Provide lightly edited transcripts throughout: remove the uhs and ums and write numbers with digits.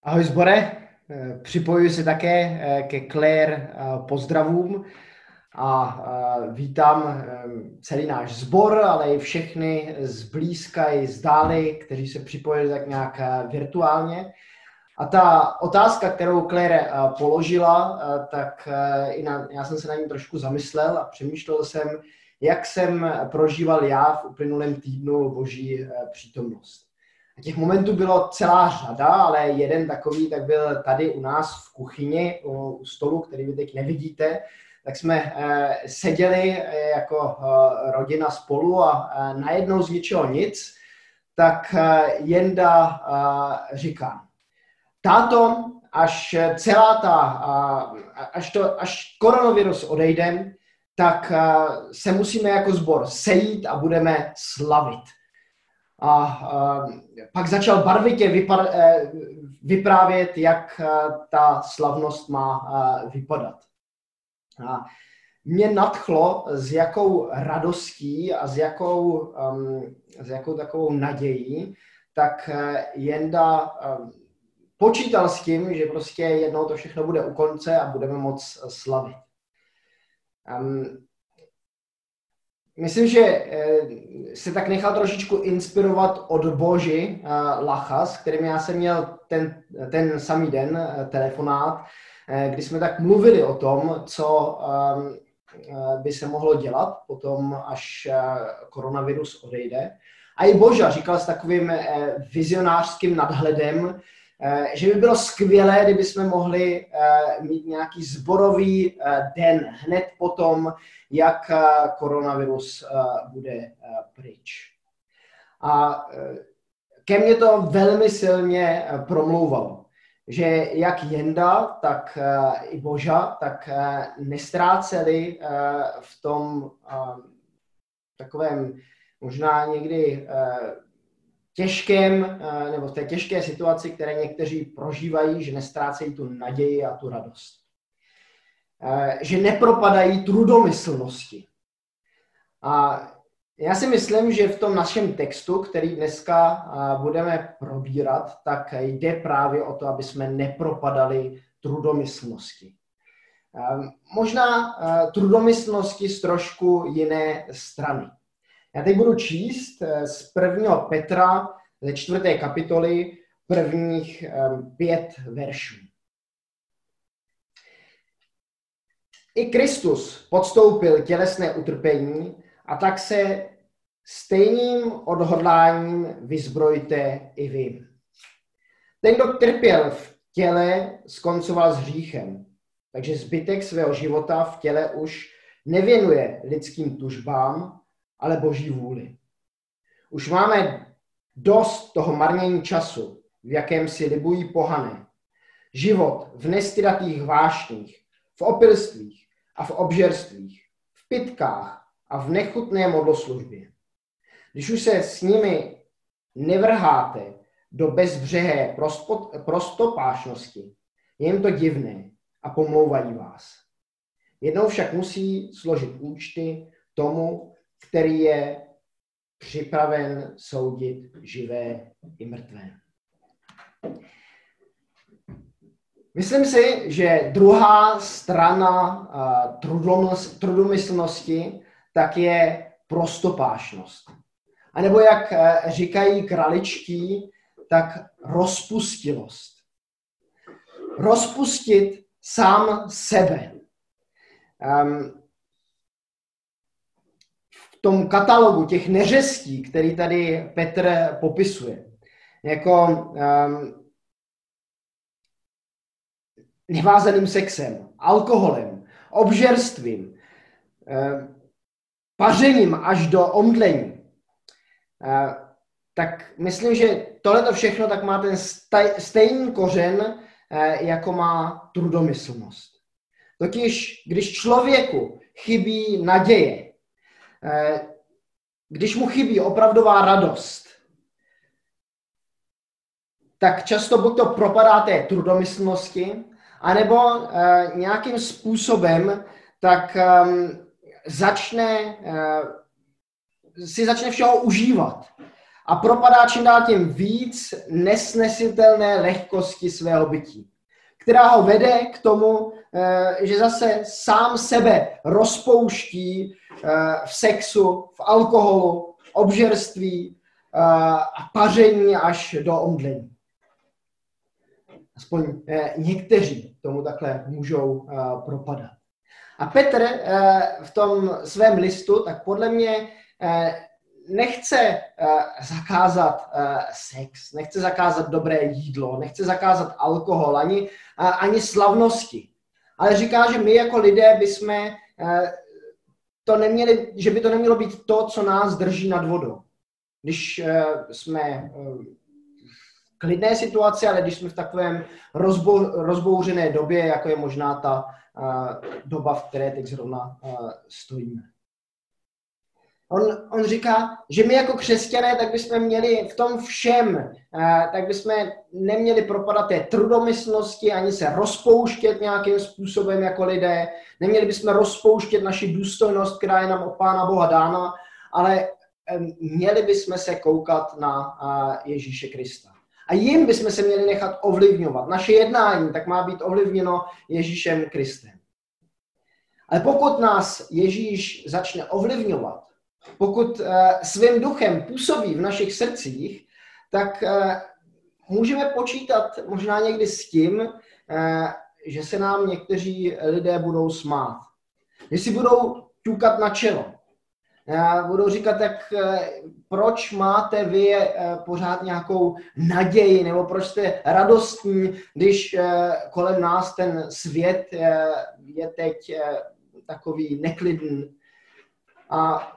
Ahoj zbore, připojuji se také ke Claire pozdravům a vítám celý náš sbor, ale i všechny zblízka i zdáli, kteří se připojili tak nějak virtuálně. A ta otázka, kterou Claire položila, tak já jsem se na ní trošku zamyslel a přemýšlel jsem, jak jsem prožíval já v uplynulém týdnu Boží přítomnost. Těch momentů bylo celá řada, ale jeden takový tak byl tady u nás v kuchyni, u stolu, který vy teď nevidíte. Tak jsme seděli jako rodina spolu a najednou z ničeho nic, tak Jenda říká: táto, až koronavirus odejde, tak se musíme jako sbor sejít a budeme slavit. A pak začal barvitě vyprávět, jak ta slavnost má vypadat. A mě nadchlo, s jakou radostí a s jakou takovou nadějí, tak Jenda počítal s tím, že prostě jednou to všechno bude u konce a budeme moc slavit. Myslím, že se tak nechal trošičku inspirovat od Boži Lacha, s kterým já jsem měl ten samý den telefonát, kdy jsme tak mluvili o tom, co by se mohlo dělat potom, až koronavirus odejde. A i Boža říkal s takovým vizionářským nadhledem, že by bylo skvělé, kdyby jsme mohli mít nějaký sborový den hned potom, jak koronavirus bude pryč. A ke mně to velmi silně promlouvalo, že jak Jenda, tak i Boža, tak nestráceli v tom takovém možná někdy těžkém, nebo v té těžké situaci, které někteří prožívají, že nestrácejí tu naději a tu radost. Že nepropadají trudomyslnosti. A já si myslím, že v tom našem textu, který dneska budeme probírat, tak jde právě o to, aby jsme nepropadali trudomyslnosti. Možná trudomyslnosti z trošku jiné strany. Já teď budu číst z 1. Petra ze 4. kapitoly prvních 5 veršů. I Kristus podstoupil tělesné utrpení a tak se stejným odhodláním vyzbrojte i vy. Ten, kdo trpěl v těle, skoncoval s hříchem, takže zbytek svého života v těle už nevěnuje lidským tužbám, ale Boží vůli. Už máme dost toho marnění času, v jakém si libují pohané. Život v nestydatých vášních, v opilstvích a v obžerstvích, v pytkách a v nechutné modloslužbě. Když už se s nimi nevrháte do bezbřehé prostopášnosti, je jim to divné a pomlouvají vás. Jednou však musí složit účty tomu, který je připraven soudit živé i mrtvé. Myslím si, že druhá strana trudomyslnosti tak je prostopášnost. A nebo jak říkají kraličtí, tak rozpustilost. Rozpustit sám sebe. V tom katalogu těch neřestí, který tady Petr popisuje, jako nevázaným sexem, alkoholem, obžerstvím, pařením až do omdlení, tak myslím, že tohleto všechno tak má ten stejný kořen, jako má trudomyslnost. Totiž, když člověku chybí naděje, když mu chybí opravdová radost, tak často buď to propadá té trudomyslnosti, anebo nějakým způsobem tak si začne všeho užívat. a propadá čím dál tím víc nesnesitelné lehkosti svého bytí, která ho vede k tomu, že zase sám sebe rozpouští v sexu, v alkoholu, obžerství a paření až do omdlení. Aspoň někteří tomu takhle můžou propadat. A Petr v tom svém listu, tak podle mě nechce zakázat sex, nechce zakázat dobré jídlo, nechce zakázat alkohol, ani slavnosti. Ale říká, že my jako lidé bychom to neměli, že by to nemělo být to, co nás drží nad vodou. Když jsme v klidné situaci, ale když jsme v takovém rozbouřené době, jako je možná ta doba, v které teď zrovna stojíme. On říká, že my jako křesťané, tak bychom měli v tom všem, tak bychom neměli propadat té trudomyslnosti, ani se rozpouštět nějakým způsobem jako lidé, neměli bychom rozpouštět naši důstojnost, která je nám od Pána Boha dána, ale měli bychom se koukat na Ježíše Krista. A jim bychom se měli nechat ovlivňovat. Naše jednání tak má být ovlivněno Ježíšem Kristem. Ale pokud nás Ježíš začne ovlivňovat, pokud svým duchem působí v našich srdcích, tak můžeme počítat možná někdy s tím, že se nám někteří lidé budou smát. Že si budou ťukat na čelo. Budou říkat, tak proč máte vy pořád nějakou naději, nebo proč jste radostní, když kolem nás ten svět je teď takový neklidný. A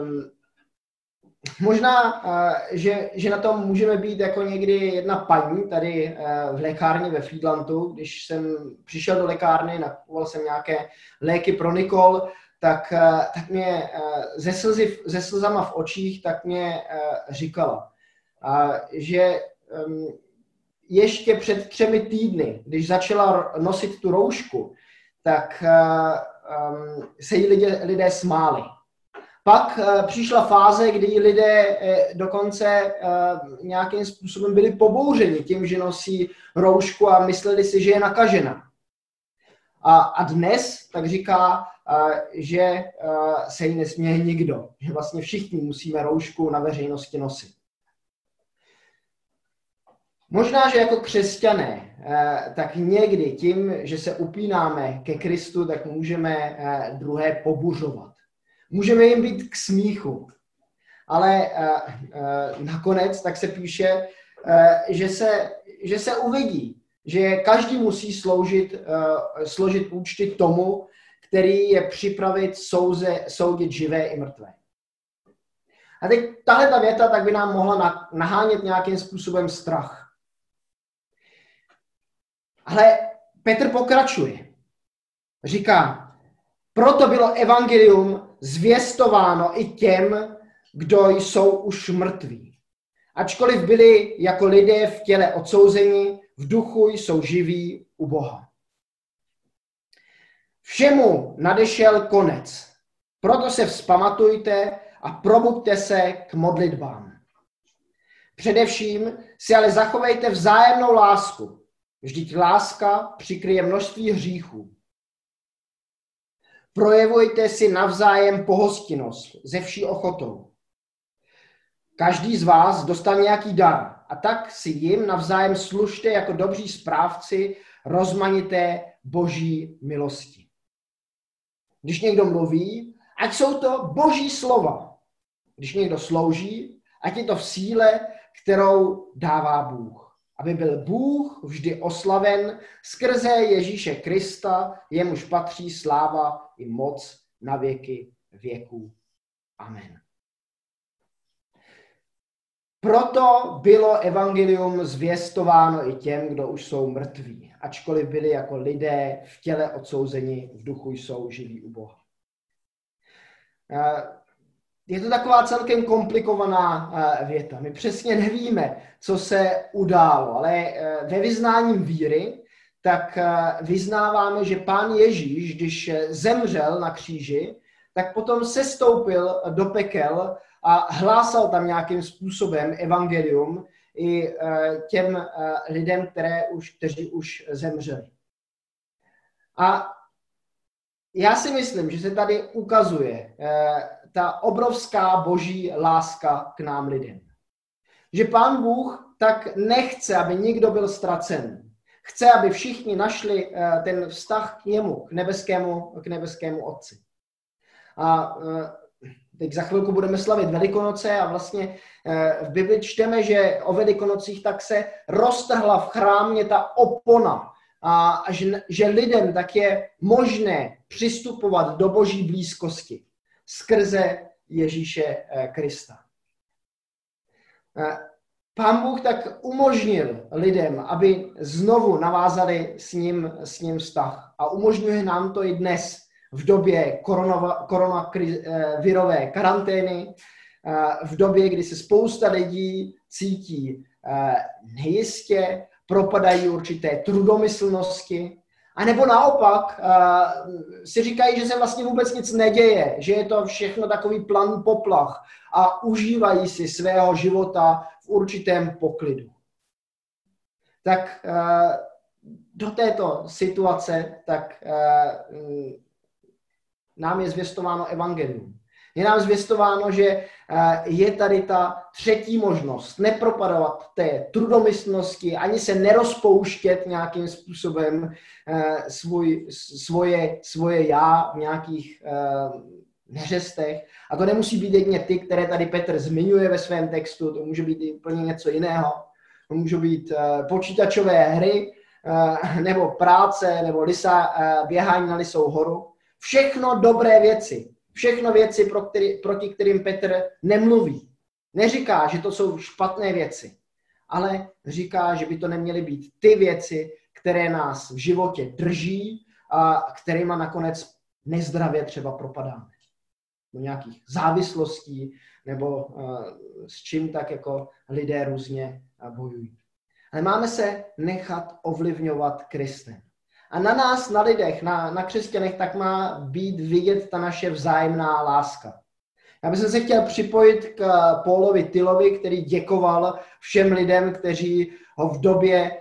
možná, že na tom můžeme být jako někdy jedna paní tady v lékárně ve Friedlandu. Když jsem přišel do lékárny, nakupoval jsem nějaké léky pro Nikol, tak mě ze slzama v očích tak mě říkala, že ještě před 3 týdny, když začala nosit tu roušku, tak se jí lidé smáli. Pak přišla fáze, kdy lidé dokonce nějakým způsobem byli pobouřeni tím, že nosí roušku a mysleli si, že je nakažena. A dnes tak říká, že se jí nesměje nikdo. Že vlastně všichni musíme roušku na veřejnosti nosit. Možná, že jako křesťané, tak někdy tím, že se upínáme ke Kristu, tak můžeme druhé pobuřovat. Můžeme jim být k smíchu. Ale nakonec tak se píše, že se uvidí, že každý musí složit účty tomu, který je připravit soudit živé i mrtvé. A teď tahle ta věta tak by nám mohla nahánět nějakým způsobem strach. Ale Petr pokračuje. Říká, proto bylo evangelium zvěstováno i těm, kdo jsou už mrtví. Ačkoliv byli jako lidé v těle odsouzeni, v duchu jsou živí u Boha. Všemu nadešel konec. Proto se vzpamatujte a probuďte se k modlitbám. Především si ale zachovejte vzájemnou lásku. Vždyť láska přikryje množství hříchů. Projevujte si navzájem pohostinnost ze vší ochotou. Každý z vás dostal nějaký dar a tak si jim navzájem služte jako dobří správci rozmanité boží milosti. Když někdo mluví, ať jsou to boží slova. Když někdo slouží, ať je to v síle, kterou dává Bůh. Aby byl Bůh vždy oslaven skrze Ježíše Krista, jemuž patří sláva i moc na věky věků. Amen. Proto bylo evangelium zvěstováno i těm, kdo už jsou mrtví, ačkoliv byli jako lidé v těle odsouzeni, v duchu jsou živí u Boha. Je to taková celkem komplikovaná věta. My přesně nevíme, co se událo, ale ve vyznání víry tak vyznáváme, že Pán Ježíš, když zemřel na kříži, tak potom sestoupil do pekel a hlásal tam nějakým způsobem evangelium i těm lidem, kteří už zemřeli. A já si myslím, že se tady ukazuje ta obrovská boží láska k nám lidem. Že Pán Bůh tak nechce, aby nikdo byl ztracen. Chce, aby všichni našli ten vztah k němu, k nebeskému Otci. A teď za chvilku budeme slavit Velikonoce a vlastně v Bibli čteme, že o Velikonocích tak se roztrhla v chrámě ta opona a že lidem tak je možné přistupovat do boží blízkosti skrze Ježíše Krista. Pán Bůh tak umožnil lidem, aby znovu navázali s ním vztah. A umožňuje nám to i dnes v době koronavirové karantény, v době, kdy se spousta lidí cítí nejistě, propadají určité trudomyslnosti, a nebo naopak si říkají, že se vlastně vůbec nic neděje, že je to všechno takový plan poplach a užívají si svého života v určitém poklidu. Tak do této situace tak nám je zvěstováno evangelium. Je nám zvěstováno, že je tady ta třetí možnost, nepropadovat té trudomyslnosti, ani se nerozpouštět nějakým způsobem svoje já v nějakých neřestech. A to nemusí být jedině ty, které tady Petr zmiňuje ve svém textu, to může být i úplně něco jiného. To můžou být počítačové hry, nebo práce, nebo běhání na Lisou horu. Všechno dobré věci. Všechno věci, proti kterým Petr nemluví. Neříká, že to jsou špatné věci, ale říká, že by to neměly být ty věci, které nás v životě drží a kterýma nakonec nezdravě třeba propadáme. Do nějakých závislostí nebo s čím tak jako lidé různě bojují. Ale máme se nechat ovlivňovat Kristem. A na nás, na lidech, na křesťanech, tak má být vidět ta naše vzájemná láska. Já bych se chtěl připojit k Paulovi Tylovi, který děkoval všem lidem, kteří ho v době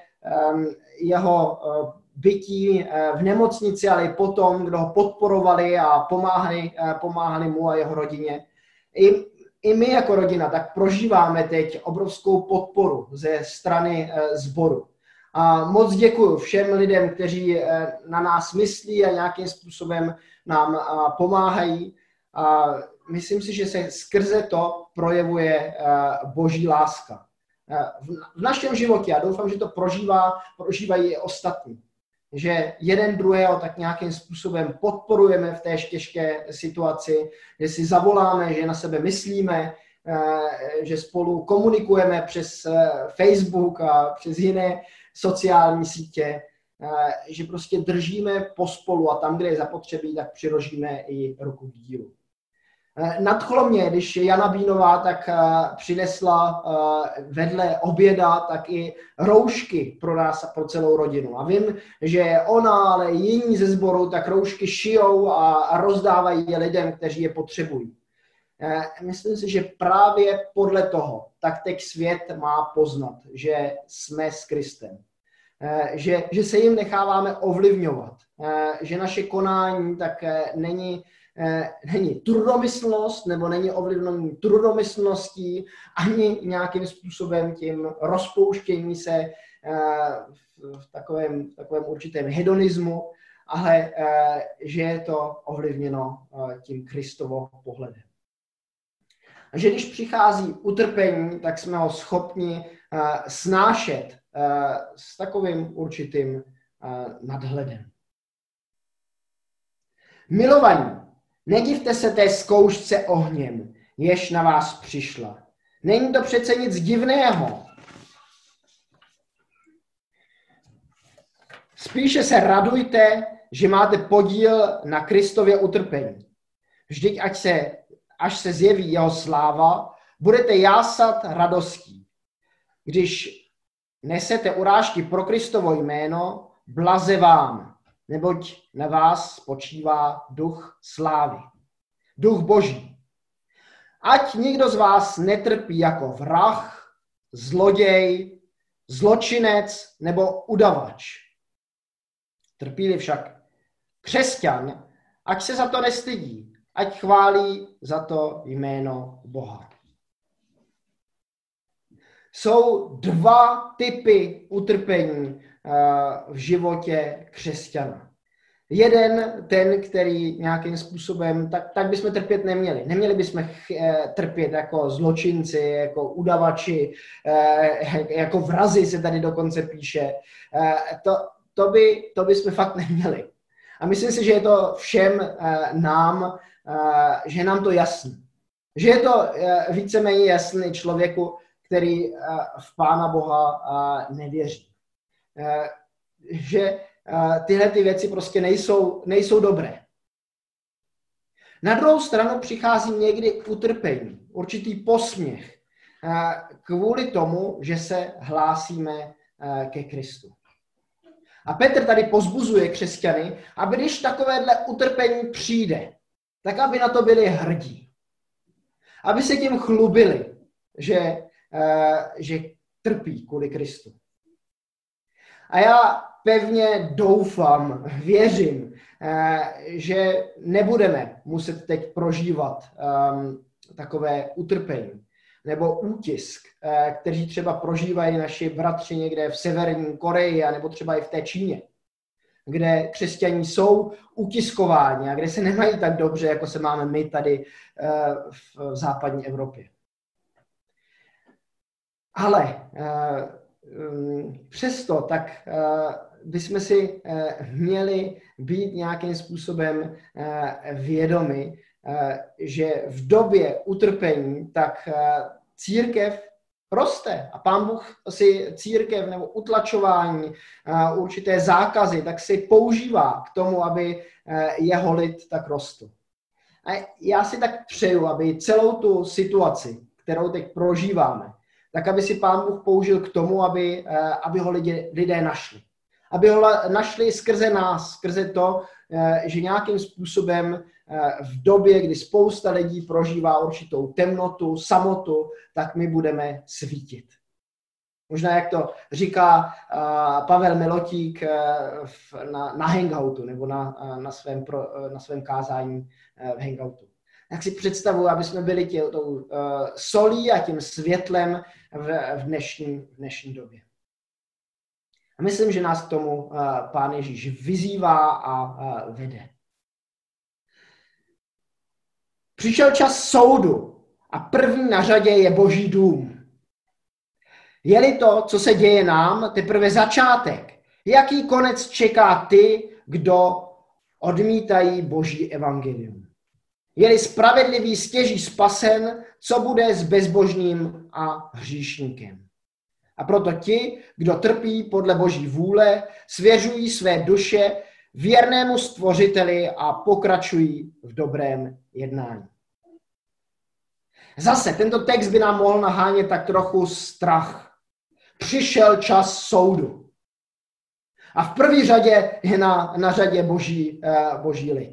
jeho bytí v nemocnici, ale i potom, kdo ho podporovali a pomáhali mu a jeho rodině. I my jako rodina tak prožíváme teď obrovskou podporu ze strany sboru. A moc děkuji všem lidem, kteří na nás myslí a nějakým způsobem nám pomáhají. A myslím si, že se skrze to projevuje boží láska. V našem životě, a doufám, že to prožívají i ostatní, že jeden druhého tak nějakým způsobem podporujeme v té těžké situaci, že si zavoláme, že na sebe myslíme, že spolu komunikujeme přes Facebook a přes jiné sociální sítě, že prostě držíme pospolu a tam, kde je zapotřebí, tak přiložíme i ruku k dílu. Nadchlo mě, když Jana Bínová tak přinesla vedle oběda tak i roušky pro nás a pro celou rodinu. A vím, že ona, ale jiní ze sboru tak roušky šijou a rozdávají je lidem, kteří je potřebují. Myslím si, že právě podle toho tak teď svět má poznat, že jsme s Kristem. Že se jim necháváme ovlivňovat. Že naše konání tak není trudomyslnost nebo není ovlivnění trudomyslností ani nějakým způsobem tím rozpouštění se v takovém určitém hedonismu, ale že je to ovlivněno tím Kristovo pohledem. A že když přichází utrpení, tak jsme ho schopni snášet s takovým určitým nadhledem. Milovaní, nedivte se té zkoušce ohněm, jež na vás přišla. Není to přece nic divného. Spíše se radujte, že máte podíl na Kristově utrpení. Vždyť až se zjeví jeho sláva, budete jásat radostí. Když nesete urážky pro Kristovo jméno, blaze vám, neboť na vás spočívá duch slávy, duch Boží. ať nikdo z vás netrpí jako vrah, zloděj, zločinec nebo udavač. Trpí-li však křesťan, ať se za to nestydí, ať chválí za to jméno Boha. Jsou dva typy utrpení v životě křesťana. Jeden, ten, který nějakým způsobem, tak bychom trpět neměli. Neměli bychom trpět jako zločinci, jako udavači, jako vrazi se tady dokonce píše. To bychom fakt neměli. A myslím si, že je to všem nám, že je nám to jasný. Že je to víceméně jasný člověku, který v Pána Boha nevěří. Že tyhle ty věci prostě nejsou dobré. Na druhou stranu přichází někdy utrpení, určitý posměch kvůli tomu, že se hlásíme ke Kristu. A Petr tady pozbuzuje křesťany, aby když takovéhle utrpení přijde, tak aby na to byli hrdí. Aby se tím chlubili, že trpí kvůli Kristu. A já pevně doufám, věřím, že nebudeme muset teď prožívat takové utrpení nebo útisk, kteří třeba prožívají naši bratři někde v Severní Koreji nebo třeba i v té Číně, kde křesťané jsou utiskováni a kde se nemají tak dobře, jako se máme my tady v západní Evropě. Ale přesto tak bychom si měli být nějakým způsobem vědomi, že v době utrpení tak církev roste a Pán Bůh si církev nebo utlačování, určité zákazy, tak si používá k tomu, aby jeho lid tak rostl. A já si tak přeju, aby celou tu situaci, kterou teď prožíváme, tak aby si Pán Bůh použil k tomu, aby ho lidé našli. Aby ho našli skrze nás, skrze to, že nějakým způsobem v době, kdy spousta lidí prožívá určitou temnotu, samotu, tak my budeme svítit. Možná jak to říká Pavel Milotík na Hangoutu nebo na svém kázání v Hangoutu. Tak si představuji, aby jsme byli tou solí a tím světlem v dnešní době. A myslím, že nás k tomu Pán Ježíš vyzývá a vede. Přišel čas soudu a první na řadě je Boží dům. Je-li to, co se děje nám, teprve začátek, jaký konec čeká ty, kdo odmítají Boží evangelium? Je-li spravedlivý stěží spasen, co bude s bezbožným a hříšníkem? A proto ti, kdo trpí podle Boží vůle, svěřují své duše věrnému Stvořiteli a pokračují v dobrém jednání. Zase, tento text by nám mohl nahánět tak trochu strach. Přišel čas soudu. A v první řadě je na řadě boží lid.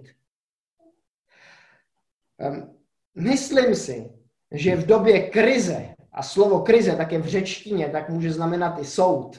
Myslím si, že v době krize, a slovo krize také v řečtině, tak může znamenat i soud,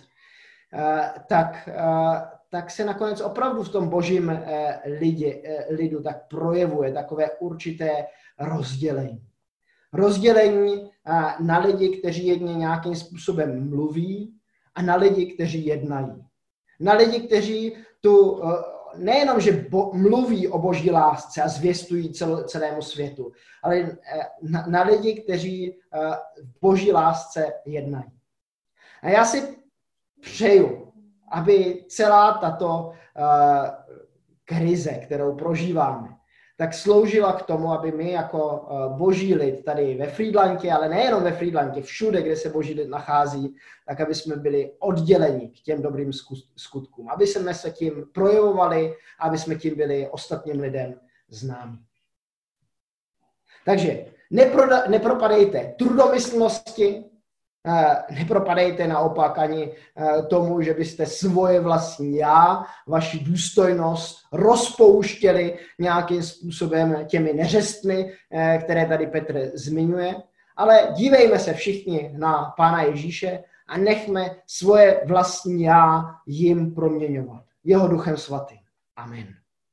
tak se nakonec opravdu v tom božím lidu tak projevuje takové určité rozdělení. Rozdělení na lidi, kteří jedně nějakým způsobem mluví a na lidi, kteří jednají. Na lidi, kteří tu nejenom, že mluví o boží lásce a zvěstují celému světu, ale na lidi, kteří v boží lásce jednají. A já si přeju, aby celá tato krize, kterou prožíváme, tak sloužila k tomu, aby my jako boží lid tady ve Frýdlantě, ale nejenom ve Frýdlantě, všude, kde se boží lid nachází, tak aby jsme byli odděleni k těm dobrým skutkům. Aby jsme se tím projevovali, aby jsme tím byli ostatním lidem známí. Takže nepropadejte trudomyslnosti, Nepropadejte naopak ani tomu, že byste svoje vlastní já, vaši důstojnost rozpouštěli nějakým způsobem těmi neřestmi, které tady Petr zmiňuje. Ale dívejme se všichni na Pána Ježíše a nechme svoje vlastní já jim proměňovat. Jeho Duchem Svatým. Amen.